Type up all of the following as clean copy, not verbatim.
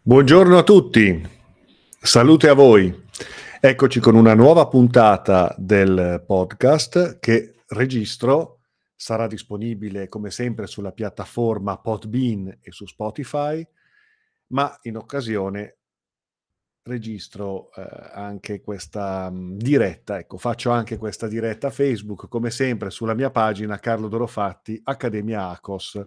Buongiorno a tutti, salute a voi. Eccoci con una nuova puntata del podcast che registro, sarà disponibile come sempre sulla piattaforma Podbean e su Spotify, ma in occasione registro anche questa diretta, ecco, faccio anche questa diretta Facebook come sempre sulla mia pagina Carlo Dorofatti, Accademia ACOS.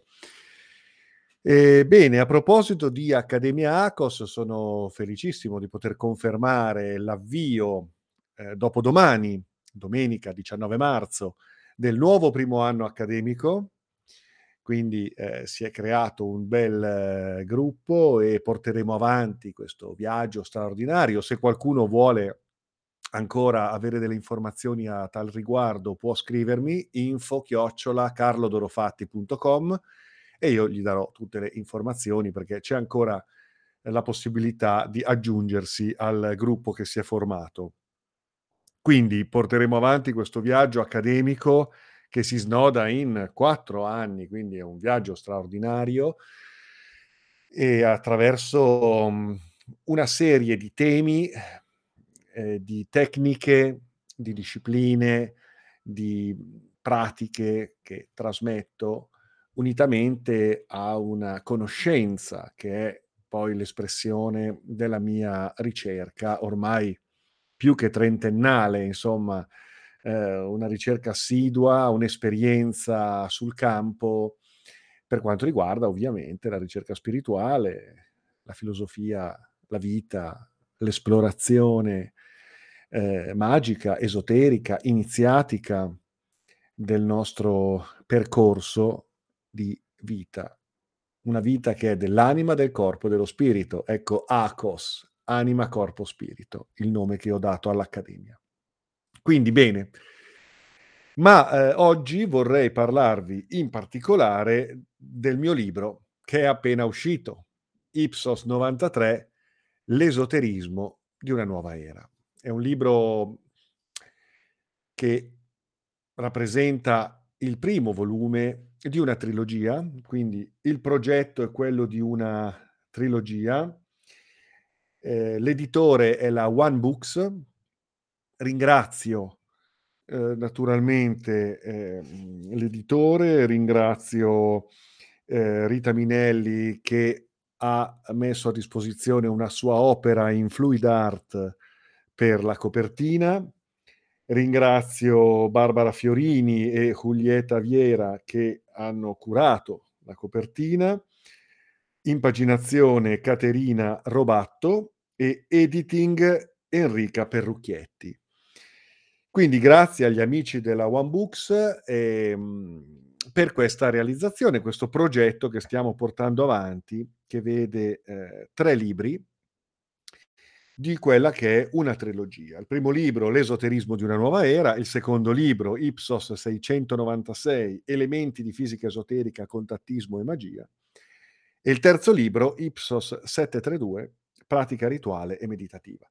Bene, a proposito di Accademia ACOS, sono felicissimo di poter confermare l'avvio, dopodomani, domenica 19 marzo, del nuovo primo anno accademico. Quindi, si è creato un bel gruppo e porteremo avanti questo viaggio straordinario. Se qualcuno vuole ancora avere delle informazioni a tal riguardo, può scrivermi info@carlodorofatti.com e io gli darò tutte le informazioni, perché c'è ancora la possibilità di aggiungersi al gruppo che si è formato. Quindi porteremo avanti questo viaggio accademico che si snoda in 4 anni, quindi è un viaggio straordinario e attraverso, una serie di temi, di tecniche, di discipline, di pratiche che trasmetto, unitamente a una conoscenza che è poi l'espressione della mia ricerca, ormai più che trentennale, insomma, una ricerca assidua, un'esperienza sul campo per quanto riguarda ovviamente la ricerca spirituale, la filosofia, la vita, l'esplorazione, magica, esoterica, iniziatica del nostro percorso di vita. Una vita che è dell'anima, del corpo e dello spirito. Ecco, ACOS, anima, corpo, spirito, il nome che ho dato all'Accademia. Quindi bene, ma oggi vorrei parlarvi in particolare del mio libro che è appena uscito, Ipsos 93, l'esoterismo di una nuova era. È un libro che rappresenta il primo volume di una trilogia, quindi il progetto è quello di una trilogia. L'editore è la One Books. Ringrazio, naturalmente, l'editore, ringrazio, Rita Minelli che ha messo a disposizione una sua opera in fluid art per la copertina. Ringrazio Barbara Fiorini e Julieta Viera che hanno curato la copertina. Impaginazione Caterina Robatto e editing Enrica Perrucchietti. Quindi grazie agli amici della One Books, per questa realizzazione, questo progetto che stiamo portando avanti, che vede, 3 libri di quella che è una trilogia. Il primo libro, L'esoterismo di una nuova era, il secondo libro, Ipsos 696, Elementi di fisica esoterica, contattismo e magia, e il terzo libro, Ipsos 732, Pratica rituale e meditativa.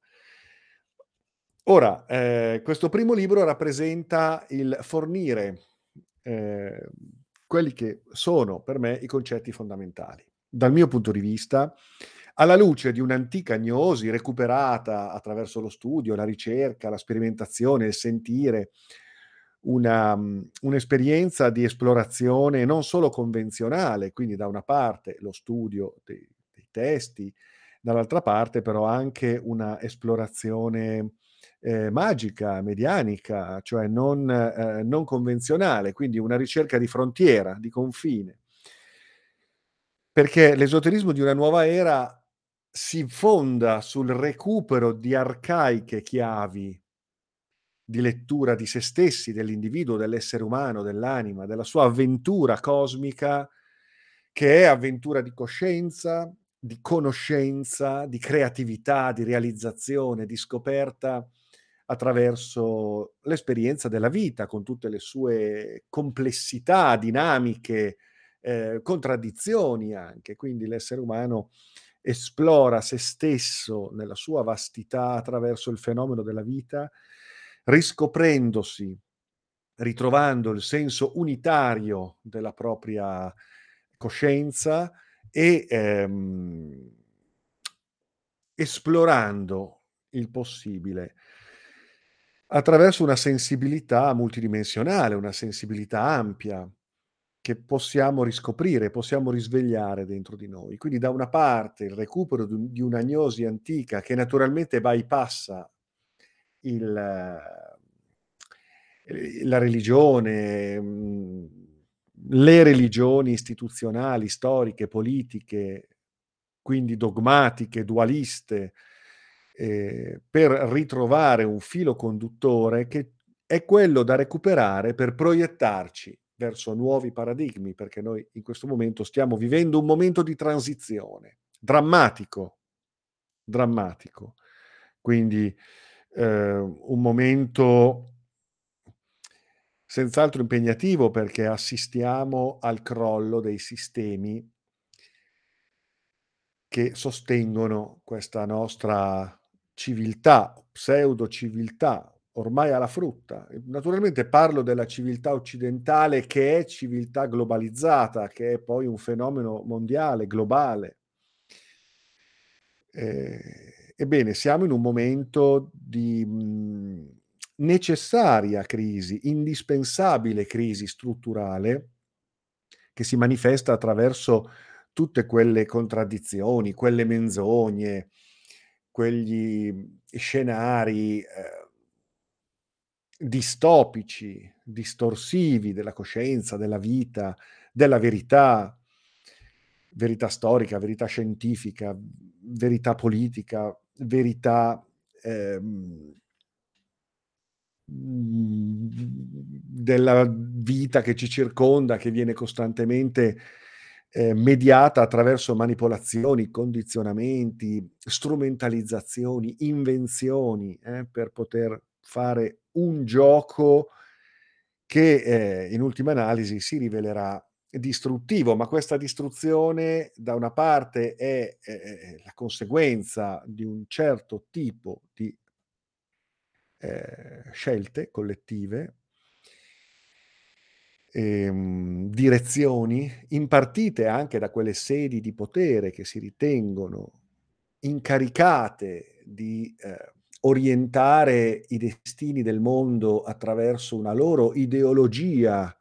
Ora, questo primo libro rappresenta il fornire, ehm, quelli che sono per me i concetti fondamentali. Dal mio punto di vista, alla luce di un'antica gnosi recuperata attraverso lo studio, la ricerca, la sperimentazione, il sentire, un'esperienza di esplorazione non solo convenzionale, quindi da una parte lo studio dei testi, dall'altra parte però anche una esplorazione, magica, medianica, cioè non convenzionale, quindi una ricerca di frontiera, di confine. Perché l'esoterismo di una nuova era si fonda sul recupero di arcaiche chiavi di lettura di se stessi, dell'individuo, dell'essere umano, dell'anima, della sua avventura cosmica, che è avventura di coscienza, di conoscenza, di creatività, di realizzazione, di scoperta attraverso l'esperienza della vita, con tutte le sue complessità, dinamiche, contraddizioni anche. Quindi l'essere umano esplora se stesso nella sua vastità attraverso il fenomeno della vita, riscoprendosi, ritrovando il senso unitario della propria coscienza e, esplorando il possibile attraverso una sensibilità multidimensionale, una sensibilità ampia che possiamo riscoprire, possiamo risvegliare dentro di noi. Quindi da una parte il recupero di un'agnosi antica che naturalmente bypassa il la religione, le religioni istituzionali, storiche, politiche, quindi dogmatiche, dualiste, per ritrovare un filo conduttore che è quello da recuperare per proiettarci verso nuovi paradigmi, perché noi in questo momento stiamo vivendo un momento di transizione drammatico, drammatico. Quindi, un momento senz'altro impegnativo perché assistiamo al crollo dei sistemi che sostengono questa nostra civiltà, pseudo civiltà, ormai alla frutta. E naturalmente parlo della civiltà occidentale che è civiltà globalizzata, che è poi un fenomeno mondiale, globale. Ebbene, siamo in un momento di, necessaria crisi, indispensabile crisi strutturale che si manifesta attraverso tutte quelle contraddizioni, quelle menzogne, quegli scenari, distopici, distorsivi della coscienza, della vita, della verità storica, verità scientifica, verità politica, verità, ehm della vita che ci circonda, che viene costantemente, mediata attraverso manipolazioni, condizionamenti, strumentalizzazioni, invenzioni, per poter fare un gioco che, in ultima analisi si rivelerà distruttivo. Ma questa distruzione da una parte è la conseguenza di un certo tipo di scelte collettive, direzioni impartite anche da quelle sedi di potere che si ritengono incaricate di, orientare i destini del mondo attraverso una loro ideologia,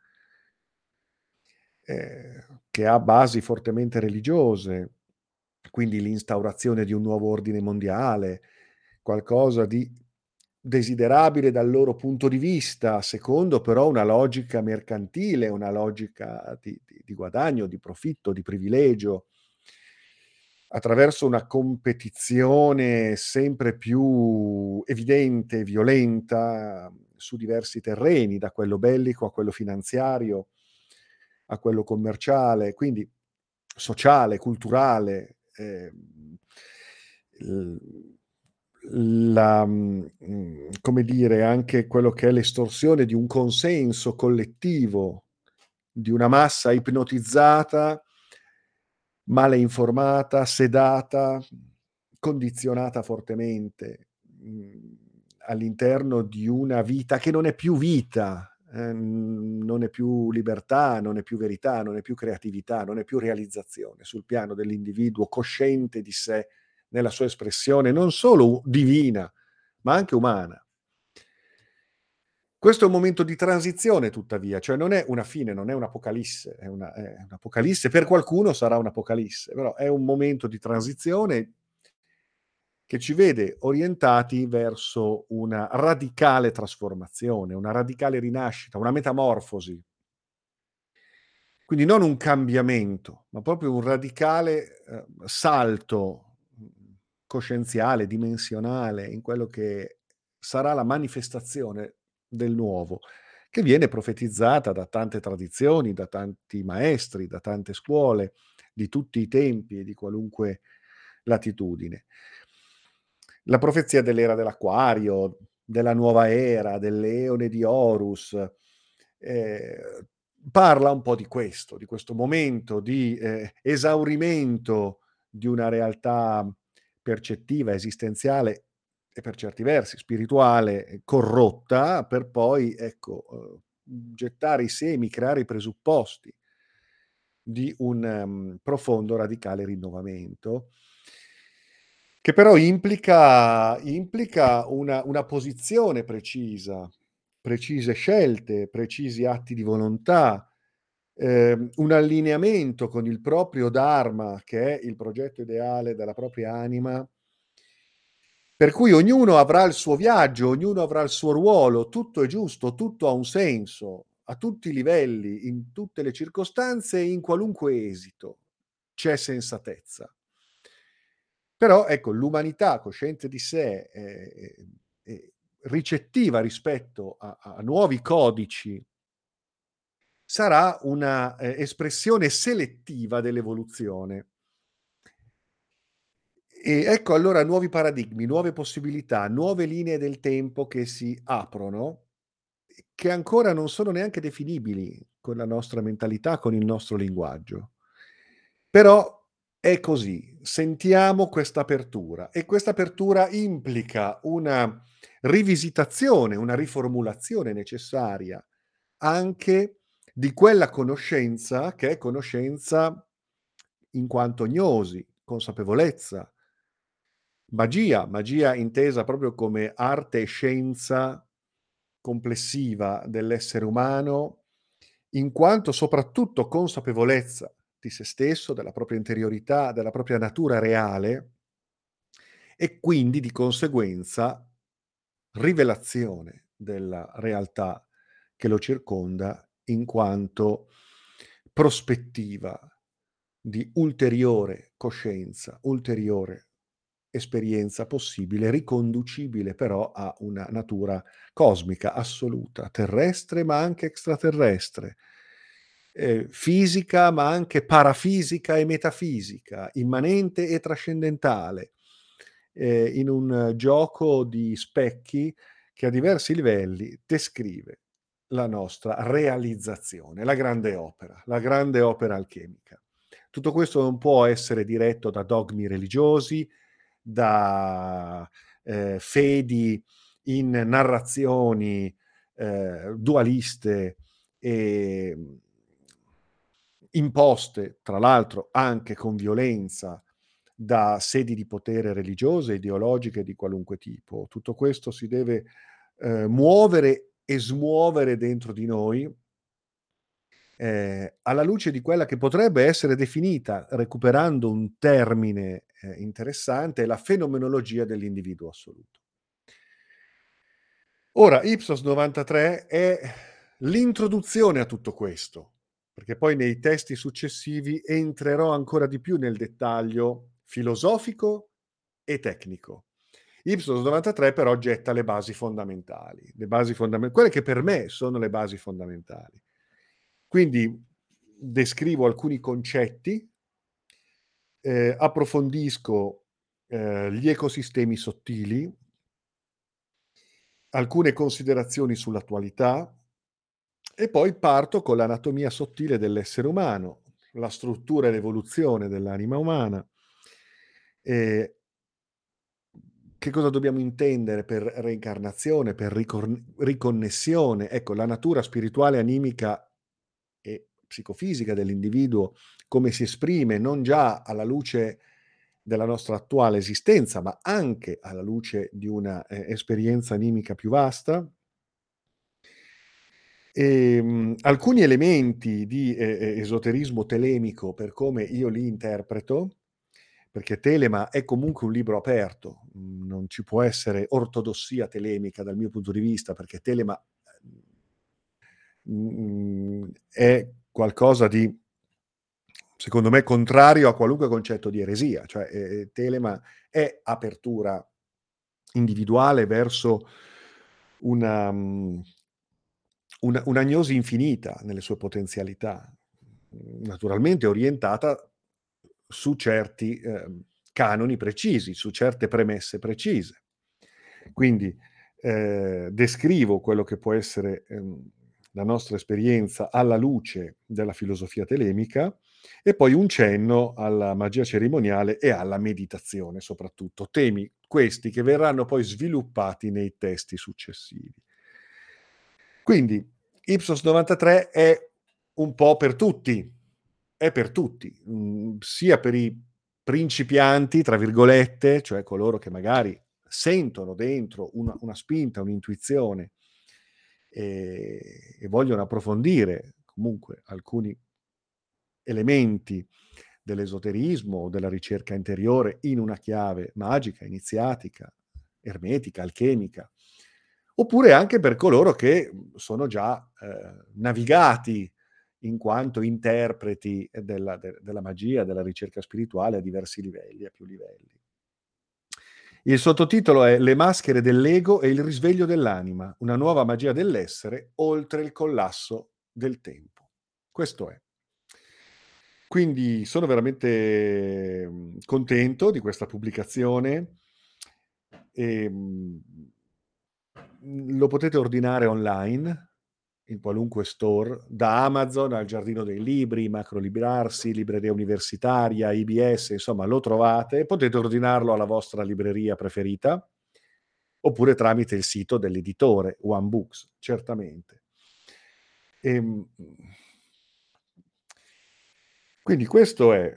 che ha basi fortemente religiose, quindi l'instaurazione di un nuovo ordine mondiale, qualcosa di desiderabile dal loro punto di vista, secondo però una logica mercantile, una logica di guadagno, di profitto, di privilegio, attraverso una competizione sempre più evidente e violenta su diversi terreni, da quello bellico a quello finanziario, a quello commerciale, quindi sociale, culturale, l come dire, anche quello che è l'estorsione di un consenso collettivo, di una massa ipnotizzata, male informata, sedata, condizionata fortemente, all'interno di una vita che non è più vita, non è più libertà, non è più verità, non è più creatività, non è più realizzazione sul piano dell'individuo cosciente di sé nella sua espressione non solo divina, ma anche umana. Questo è un momento di transizione tuttavia, cioè non è una fine, non è un'apocalisse, è un'apocalisse, per qualcuno sarà un'apocalisse, però è un momento di transizione che ci vede orientati verso una radicale trasformazione, una radicale rinascita, una metamorfosi. Quindi non un cambiamento, ma proprio un radicale, salto, coscienziale, dimensionale in quello che sarà la manifestazione del nuovo, che viene profetizzata da tante tradizioni, da tanti maestri, da tante scuole, di tutti i tempi e di qualunque latitudine. La profezia dell'era dell'Acquario, della nuova era, dell'Eone di Horus, ehm, parla un po' di questo momento di, esaurimento di una realtà percettiva, esistenziale e per certi versi spirituale, corrotta, per poi, ecco, gettare i semi, creare i presupposti di un, profondo, radicale rinnovamento. che però implica una posizione precisa, precise scelte, precisi atti di volontà, un allineamento con il proprio dharma, che è il progetto ideale della propria anima, per cui ognuno avrà il suo viaggio, ognuno avrà il suo ruolo, tutto è giusto, tutto ha un senso, a tutti i livelli, in tutte le circostanze e in qualunque esito c'è sensatezza. Però ecco, l'umanità cosciente di sé, e ricettiva rispetto a nuovi codici, sarà una, espressione selettiva dell'evoluzione. E ecco allora nuovi paradigmi, nuove possibilità, nuove linee del tempo che si aprono, che ancora non sono neanche definibili con la nostra mentalità, con il nostro linguaggio. Però è così, sentiamo questa apertura e questa apertura implica una rivisitazione, una riformulazione necessaria anche di quella conoscenza che è conoscenza in quanto gnosi, consapevolezza, magia intesa proprio come arte e scienza complessiva dell'essere umano, in quanto soprattutto consapevolezza di se stesso, della propria interiorità, della propria natura reale e quindi di conseguenza rivelazione della realtà che lo circonda in quanto prospettiva di ulteriore coscienza, ulteriore esperienza possibile, riconducibile però a una natura cosmica assoluta, terrestre ma anche extraterrestre, fisica ma anche parafisica e metafisica, immanente e trascendentale, in un gioco di specchi che a diversi livelli descrive la nostra realizzazione, la grande opera alchemica. Tutto questo non può essere diretto da dogmi religiosi, da, fedi in narrazioni, dualiste, ehm, imposte, tra l'altro anche con violenza, da sedi di potere religiose, ideologiche di qualunque tipo. Tutto questo si deve, muovere e smuovere dentro di noi, alla luce di quella che potrebbe essere definita, recuperando un termine, interessante, la fenomenologia dell'individuo assoluto. Ora, Ipsos 93 è l'introduzione a tutto questo, perché poi nei testi successivi entrerò ancora di più nel dettaglio filosofico e tecnico. Ipsos 93 però getta le basi quelle che per me sono le basi fondamentali. Quindi descrivo alcuni concetti, approfondisco, gli ecosistemi sottili, alcune considerazioni sull'attualità e poi parto con l'anatomia sottile dell'essere umano, la struttura e l'evoluzione dell'anima umana, ehm, che cosa dobbiamo intendere per reincarnazione, per riconnessione. Ecco, la natura spirituale, animica e psicofisica dell'individuo, come si esprime non già alla luce della nostra attuale esistenza, ma anche alla luce di una, esperienza animica più vasta. Alcuni elementi di esoterismo telemico per come io li interpreto, perché Telema è comunque un libro aperto, non ci può essere ortodossia telemica dal mio punto di vista, perché Telema, è qualcosa di, secondo me, contrario a qualunque concetto di eresia, cioè, Telema è apertura individuale verso una un'agnosi infinita nelle sue potenzialità, naturalmente orientata su certi, canoni precisi, su certe premesse precise. Quindi, descrivo quello che può essere, la nostra esperienza alla luce della filosofia telemica e poi un cenno alla magia cerimoniale e alla meditazione soprattutto, temi questi che verranno poi sviluppati nei testi successivi. Quindi Ipsos 93 è un po' per tutti, è per tutti, sia per i principianti, tra virgolette, cioè coloro che magari sentono dentro una spinta, un'intuizione, e vogliono approfondire comunque alcuni elementi dell'esoterismo o della ricerca interiore in una chiave magica, iniziatica, ermetica, alchemica, oppure anche per coloro che sono già navigati in quanto interpreti della magia, della ricerca spirituale a diversi livelli, a più livelli. Il sottotitolo è Le maschere dell'ego e il risveglio dell'anima, una nuova magia dell'essere oltre il collasso del tempo. Questo è. Quindi sono veramente, contento di questa pubblicazione. Ehm, lo potete ordinare online, in qualunque store, da Amazon al Giardino dei Libri, Macrolibrarsi, Libreria Universitaria, IBS, insomma lo trovate. Potete ordinarlo alla vostra libreria preferita, oppure tramite il sito dell'editore One Books, certamente. Ehm Quindi questo è,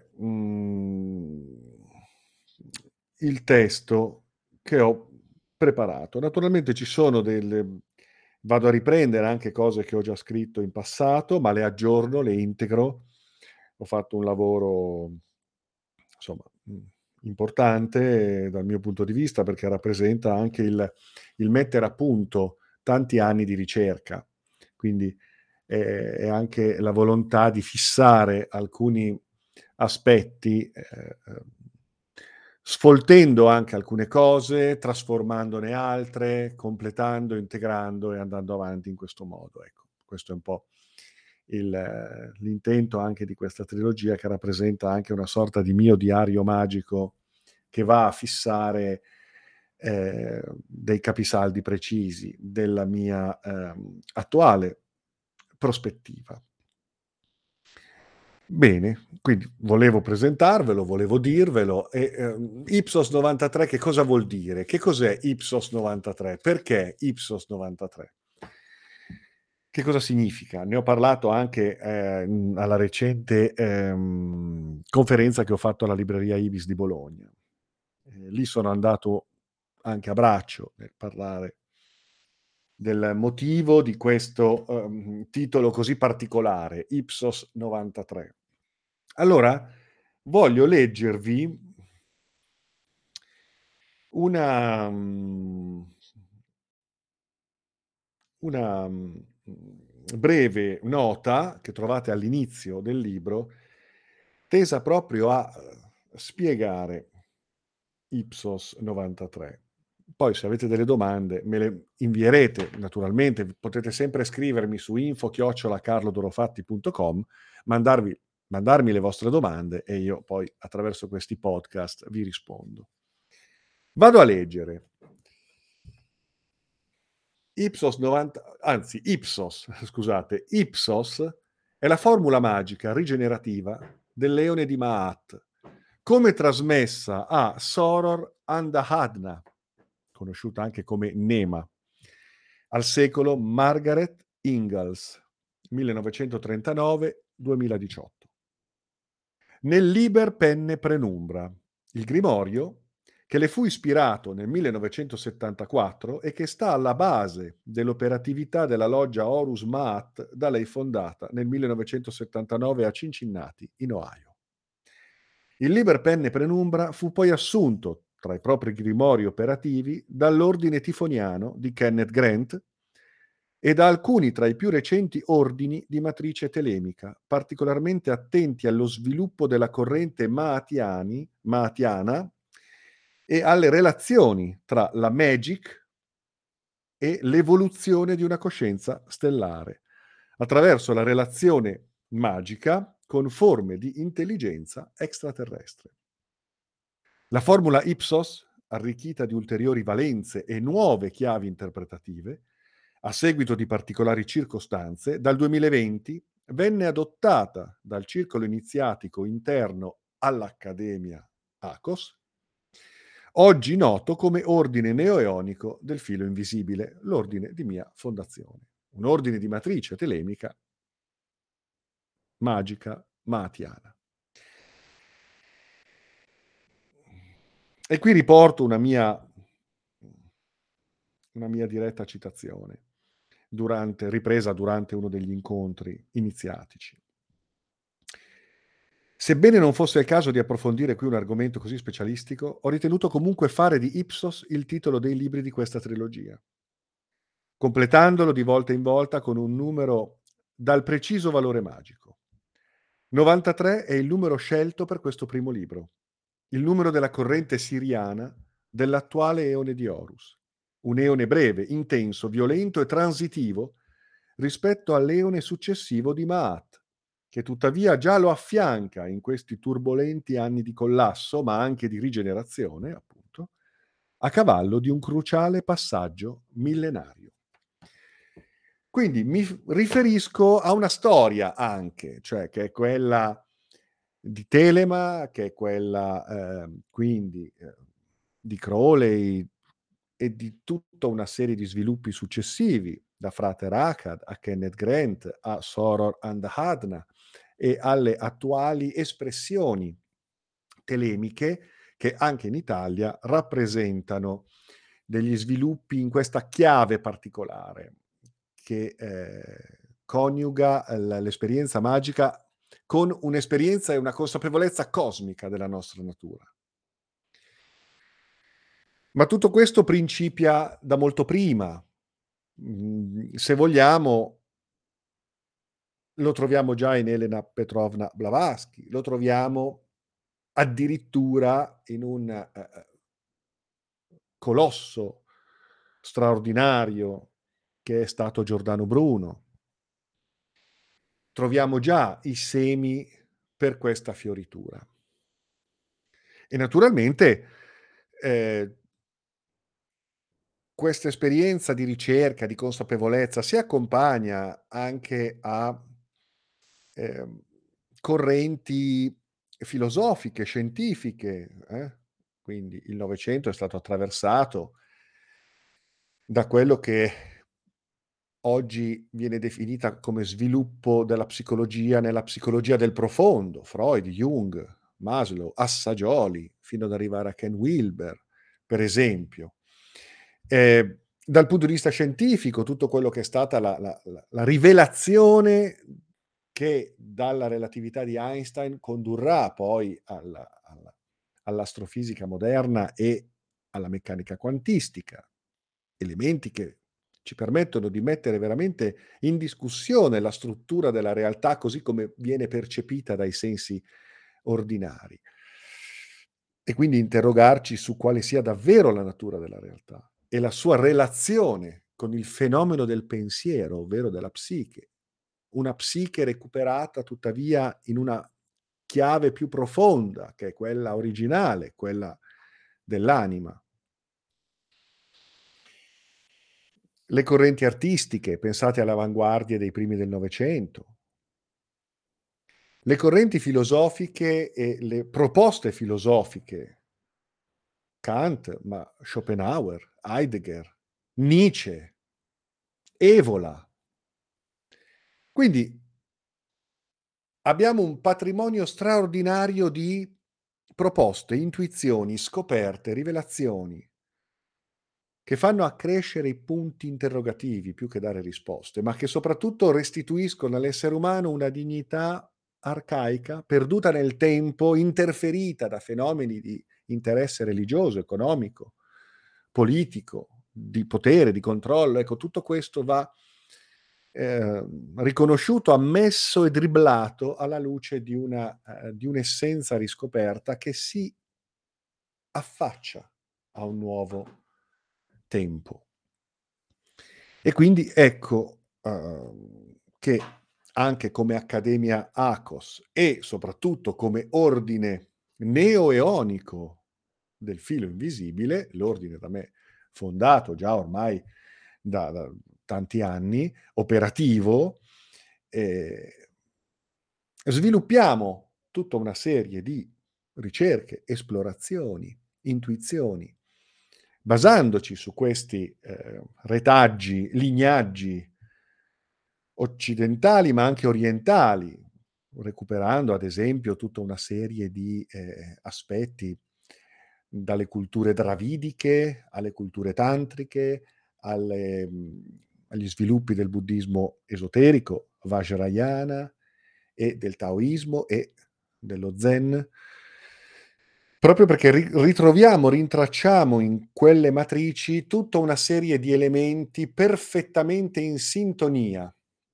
il testo che ho preparato. Naturalmente ci sono delle vado a riprendere anche cose che ho già scritto in passato, ma le aggiorno, le integro. Ho fatto un lavoro, insomma, importante dal mio punto di vista, perché rappresenta anche il mettere a punto tanti anni di ricerca. Quindi è anche la volontà di fissare alcuni aspetti, sfoltendo anche alcune cose, trasformandone altre, completando, integrando e andando avanti in questo modo, ecco. Questo è un po' l'intento anche di questa trilogia, che rappresenta anche una sorta di mio diario magico che va a fissare, dei capisaldi precisi della mia, attuale prospettiva. Bene, quindi volevo presentarvelo, volevo dirvelo e, Ipsos 93 che cosa vuol dire? Che cos'è Ipsos 93? Perché Ipsos 93? Che cosa significa? Ne ho parlato anche, alla recente, conferenza che ho fatto alla libreria Ibis di Bologna. Lì sono andato anche a braccio nel parlare del motivo di questo, titolo così particolare, Ipsos 93. Allora, voglio leggervi una una, breve nota che trovate all'inizio del libro, tesa proprio a, spiegare Ipsos 93. Poi se avete delle domande me le invierete, naturalmente potete sempre scrivermi su info@carlodorofatti.com, mandarmi le vostre domande e io poi attraverso questi podcast vi rispondo. Vado a leggere. Ipsos, scusate, Ipsos è la formula magica rigenerativa del leone di Ma'at, come trasmessa a Soror Andahadna, conosciuta anche come Nema, al secolo Margaret Ingalls, 1939-2018. Nel Liber Penne Prenumbra, il grimorio che le fu ispirato nel 1974 e che sta alla base dell'operatività della loggia Horus Ma'at da lei fondata nel 1979 a Cincinnati, in Ohio. Il Liber Penne Prenumbra fu poi assunto, tra i propri grimori operativi, dall'ordine tifoniano di Kenneth Grant e da alcuni tra i più recenti ordini di matrice telemica, particolarmente attenti allo sviluppo della corrente Maatiana e alle relazioni tra la magic e l'evoluzione di una coscienza stellare, attraverso la relazione magica con forme di intelligenza extraterrestre. La formula Ipsos, arricchita di ulteriori valenze e nuove chiavi interpretative, a seguito di particolari circostanze, dal 2020 venne adottata dal circolo iniziatico interno all'Accademia ACOS, oggi noto come Ordine Neo-Eonico del Filo Invisibile, l'ordine di mia fondazione. Un ordine di matrice telemica magica maatiana. E qui riporto una mia diretta citazione, ripresa durante uno degli incontri iniziatici. Sebbene non fosse il caso di approfondire qui un argomento così specialistico, ho ritenuto comunque fare di ipsos il titolo dei libri di questa trilogia, completandolo di volta in volta con un numero dal preciso valore magico. 93 è il numero scelto per questo primo libro, il numero della corrente siriana dell'attuale eone di Horus, un eone breve, intenso, violento e transitivo rispetto all'eone successivo di Ma'at, che tuttavia già lo affianca in questi turbolenti anni di collasso, ma anche di rigenerazione, appunto, a cavallo di un cruciale passaggio millenario. Quindi riferisco a una storia anche, cioè che è quella di Telema, che è quella quindi di Crowley e di tutta una serie di sviluppi successivi, da Frater Akkad a Kenneth Grant a Soror and Adna e alle attuali espressioni telemiche che anche in Italia rappresentano degli sviluppi in questa chiave particolare che coniuga l'esperienza magica con un'esperienza e una consapevolezza cosmica della nostra natura. Ma tutto questo principia da molto prima. Se vogliamo, lo troviamo già in Elena Petrovna Blavatsky, lo troviamo addirittura in un colosso straordinario che è stato Giordano Bruno. Troviamo già i semi per questa fioritura. E naturalmente questa esperienza di ricerca, di consapevolezza si accompagna anche a ehm, correnti filosofiche, scientifiche, quindi il Novecento è stato attraversato da quello che oggi viene definita come sviluppo della psicologia nella psicologia del profondo, Freud, Jung, Maslow, Assagioli, fino ad arrivare a Ken Wilber, per esempio. Dal punto di vista scientifico, tutto quello che è stata la rivelazione che dalla relatività di Einstein condurrà poi all'astrofisica moderna e alla meccanica quantistica, elementi che ci permettono di mettere veramente in discussione la struttura della realtà così come viene percepita dai sensi ordinari. E quindi interrogarci su quale sia davvero la natura della realtà e la sua relazione con il fenomeno del pensiero, ovvero della psiche. Una psiche recuperata tuttavia in una chiave più profonda, che è quella originale, quella dell'anima. Le correnti artistiche, pensate alle avanguardie dei primi del Novecento. Le correnti filosofiche e le proposte filosofiche, Kant, ma Schopenhauer, Heidegger, Nietzsche, Evola. Quindi abbiamo un patrimonio straordinario di proposte, intuizioni, scoperte, rivelazioni che fanno accrescere i punti interrogativi più che dare risposte, ma che soprattutto restituiscono all'essere umano una dignità arcaica, perduta nel tempo, interferita da fenomeni di interesse religioso, economico, politico, di potere, di controllo. Ecco, tutto questo va riconosciuto, ammesso e dribblato alla luce di un'essenza riscoperta che si affaccia a un nuovo tempo. E quindi ecco, che anche come Accademia Akos e soprattutto come ordine neo-eonico del filo invisibile, l'ordine da me fondato già ormai da tanti anni, operativo, ehm, sviluppiamo tutta una serie di ricerche, esplorazioni, intuizioni, basandoci su questi, retaggi, lignaggi occidentali, ma anche orientali, recuperando ad esempio tutta una serie di, aspetti dalle culture dravidiche alle culture tantriche, agli sviluppi del buddismo esoterico, vajrayana e del taoismo e dello zen, proprio perché ritroviamo, rintracciamo in quelle matrici tutta una serie di elementi perfettamente in sintonia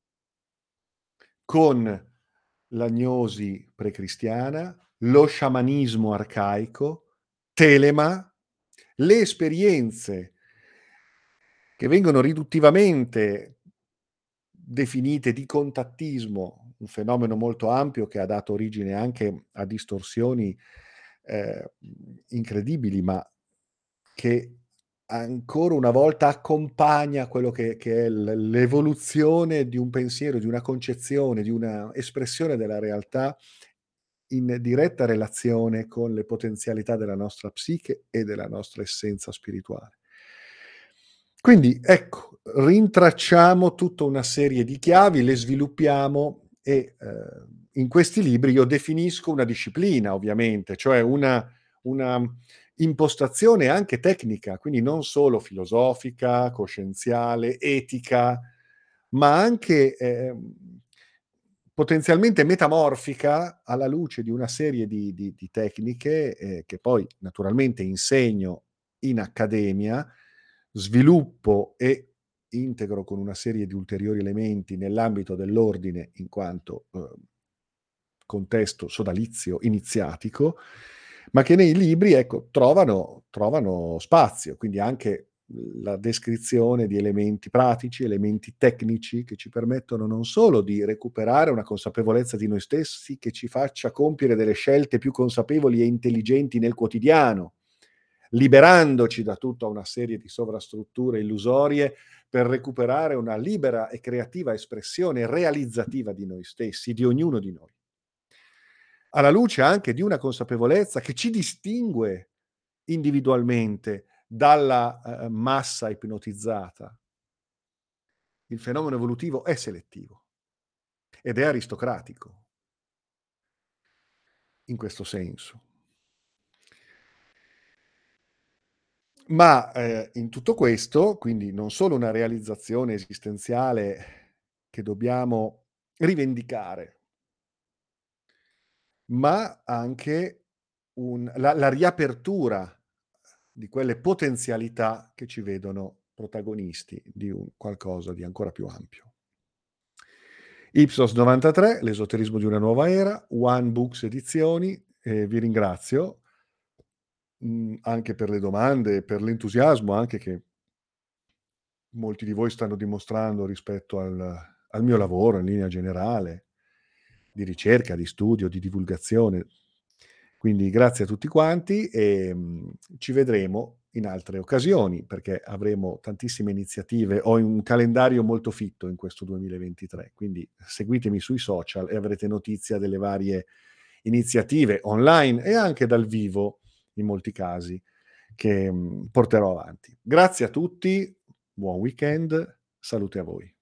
con l'agnosi precristiana, lo sciamanismo arcaico, Telema, le esperienze che vengono riduttivamente definite di contattismo, un fenomeno molto ampio che ha dato origine anche a distorsioni, incredibili, ma che ancora una volta accompagna quello che è l'evoluzione di un pensiero, di una concezione, di una espressione della realtà in diretta relazione con le potenzialità della nostra psiche e della nostra essenza spirituale. Quindi ecco, rintracciamo tutta una serie di chiavi, le sviluppiamo e, in questi libri io definisco una disciplina ovviamente, cioè una impostazione anche tecnica, quindi non solo filosofica, coscienziale, etica, ma anche, potenzialmente metamorfica alla luce di una serie di tecniche, che poi naturalmente insegno in accademia, sviluppo e integro con una serie di ulteriori elementi nell'ambito dell'ordine in quanto, contesto sodalizio iniziatico, ma che nei libri, ecco, trovano spazio, quindi anche la descrizione di elementi pratici, elementi tecnici che ci permettono non solo di recuperare una consapevolezza di noi stessi che ci faccia compiere delle scelte più consapevoli e intelligenti nel quotidiano, liberandoci da tutta una serie di sovrastrutture illusorie per recuperare una libera e creativa espressione realizzativa di noi stessi, di ognuno di noi. Alla luce anche di una consapevolezza che ci distingue individualmente dalla, massa ipnotizzata. Il fenomeno evolutivo è selettivo ed è aristocratico in questo senso. Ma, in tutto questo, quindi non solo una realizzazione esistenziale che dobbiamo rivendicare, ma anche la riapertura di quelle potenzialità che ci vedono protagonisti di un qualcosa di ancora più ampio. Ipsos 93, l'esoterismo di una nuova era, One Books Edizioni, vi ringrazio, anche per le domande e per l'entusiasmo anche che molti di voi stanno dimostrando rispetto al mio lavoro in linea generale, di ricerca, di studio, di divulgazione. Quindi grazie a tutti quanti e, ci vedremo in altre occasioni, perché avremo tantissime iniziative. Ho un calendario molto fitto in questo 2023, quindi seguitemi sui social e avrete notizia delle varie iniziative online e anche dal vivo, in molti casi, che, porterò avanti. Grazie a tutti, buon weekend, salute a voi.